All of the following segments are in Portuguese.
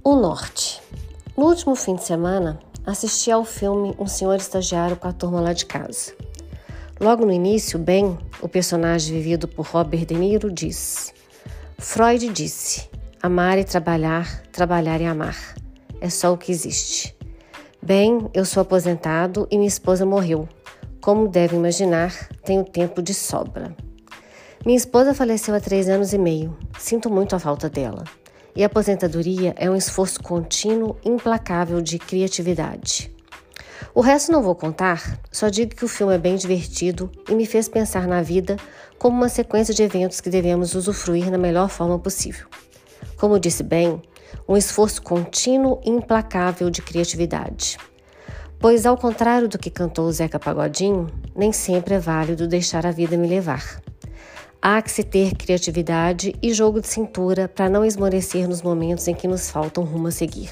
O Norte. No último fim de semana, assisti ao filme Um Senhor Estagiário com a turma lá de casa. Logo no início, Ben, o personagem vivido por Robert De Niro, diz: Freud disse, amar e trabalhar, trabalhar e amar. É só o que existe. Ben, eu sou aposentado e minha esposa morreu. Como deve imaginar, tenho tempo de sobra. Minha esposa faleceu há 3 anos e meio. Sinto muito a falta dela. E a aposentadoria é um esforço contínuo, implacável de criatividade. O resto não vou contar, só digo que o filme é bem divertido e me fez pensar na vida como uma sequência de eventos que devemos usufruir na melhor forma possível. Como disse Ben, um esforço contínuo e implacável de criatividade. Pois, ao contrário do que cantou o Zeca Pagodinho, nem sempre é válido deixar a vida me levar. Há que se ter criatividade e jogo de cintura para não esmorecer nos momentos em que nos falta um rumo a seguir.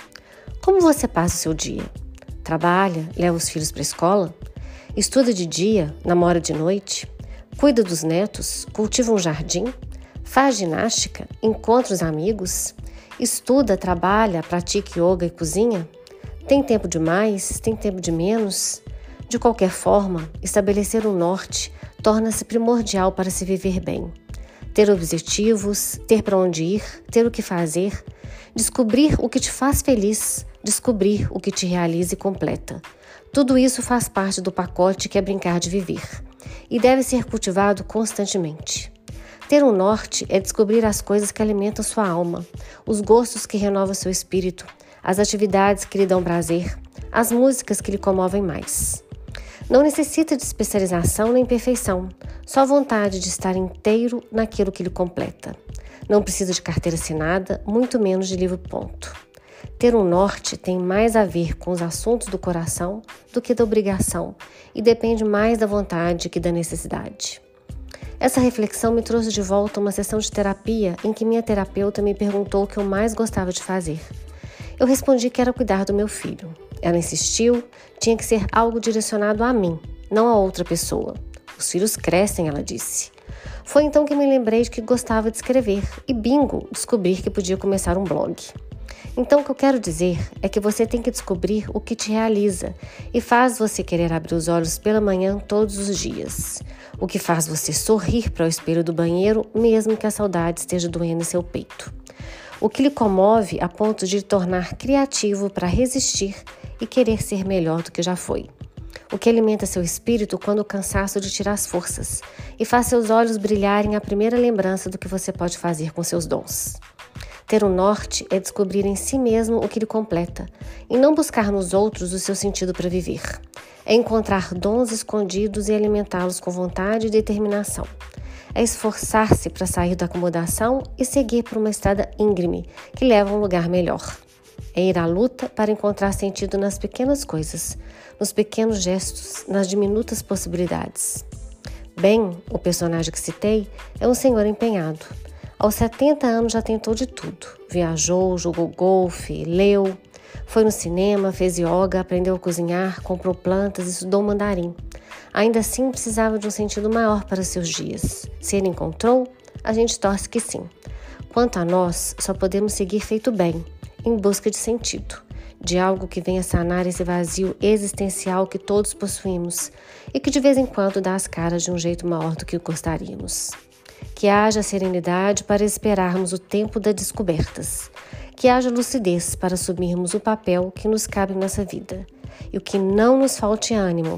Como você passa o seu dia? Trabalha, leva os filhos para a escola? Estuda de dia, namora de noite? Cuida dos netos? Cultiva um jardim? Faz ginástica? Encontra os amigos? Estuda, trabalha, pratica yoga e cozinha? Tem tempo de mais? Tem tempo de menos? De qualquer forma, estabelecer um norte torna-se primordial para se viver bem. Ter objetivos, ter para onde ir, ter o que fazer, descobrir o que te faz feliz, descobrir o que te realiza e completa. Tudo isso faz parte do pacote que é brincar de viver e deve ser cultivado constantemente. Ter um norte é descobrir as coisas que alimentam sua alma, os gostos que renovam seu espírito, as atividades que lhe dão prazer, as músicas que lhe comovem mais. Não necessita de especialização nem perfeição, só vontade de estar inteiro naquilo que lhe completa. Não precisa de carteira assinada, muito menos de livro-ponto. Ter um norte tem mais a ver com os assuntos do coração do que da obrigação e depende mais da vontade que da necessidade. Essa reflexão me trouxe de volta uma sessão de terapia em que minha terapeuta me perguntou o que eu mais gostava de fazer. Eu respondi que era cuidar do meu filho. Ela insistiu, tinha que ser algo direcionado a mim, não a outra pessoa. Os filhos crescem, ela disse. Foi então que me lembrei de que gostava de escrever e bingo, descobrir que podia começar um blog. Então o que eu quero dizer é que você tem que descobrir o que te realiza e faz você querer abrir os olhos pela manhã todos os dias. O que faz você sorrir para o espelho do banheiro, mesmo que a saudade esteja doendo em seu peito. O que lhe comove a ponto de lhe tornar criativo para resistir e querer ser melhor do que já foi. O que alimenta seu espírito quando o cansaço de tirar as forças e faz seus olhos brilharem à primeira lembrança do que você pode fazer com seus dons. Ter um norte é descobrir em si mesmo o que lhe completa e não buscar nos outros o seu sentido para viver. É encontrar dons escondidos e alimentá-los com vontade e determinação. É esforçar-se para sair da acomodação e seguir por uma estrada íngreme que leva a um lugar melhor. É ir à luta para encontrar sentido nas pequenas coisas, nos pequenos gestos, nas diminutas possibilidades. Ben, o personagem que citei, é um senhor empenhado. Aos 70 anos já tentou de tudo. Viajou, jogou golfe, leu, foi no cinema, fez yoga, aprendeu a cozinhar, comprou plantas e estudou mandarim. Ainda assim, precisava de um sentido maior para seus dias. Se ele encontrou, a gente torce que sim. Quanto a nós, só podemos seguir feito bem, em busca de sentido, de algo que venha sanar esse vazio existencial que todos possuímos e que de vez em quando dá as caras de um jeito maior do que gostaríamos. Que haja serenidade para esperarmos o tempo das descobertas, que haja lucidez para assumirmos o papel que nos cabe em nossa vida e o que não nos falte ânimo,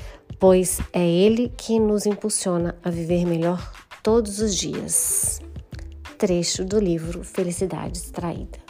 pois é ele que nos impulsiona a viver melhor todos os dias. Trecho do livro Felicidade Distraída.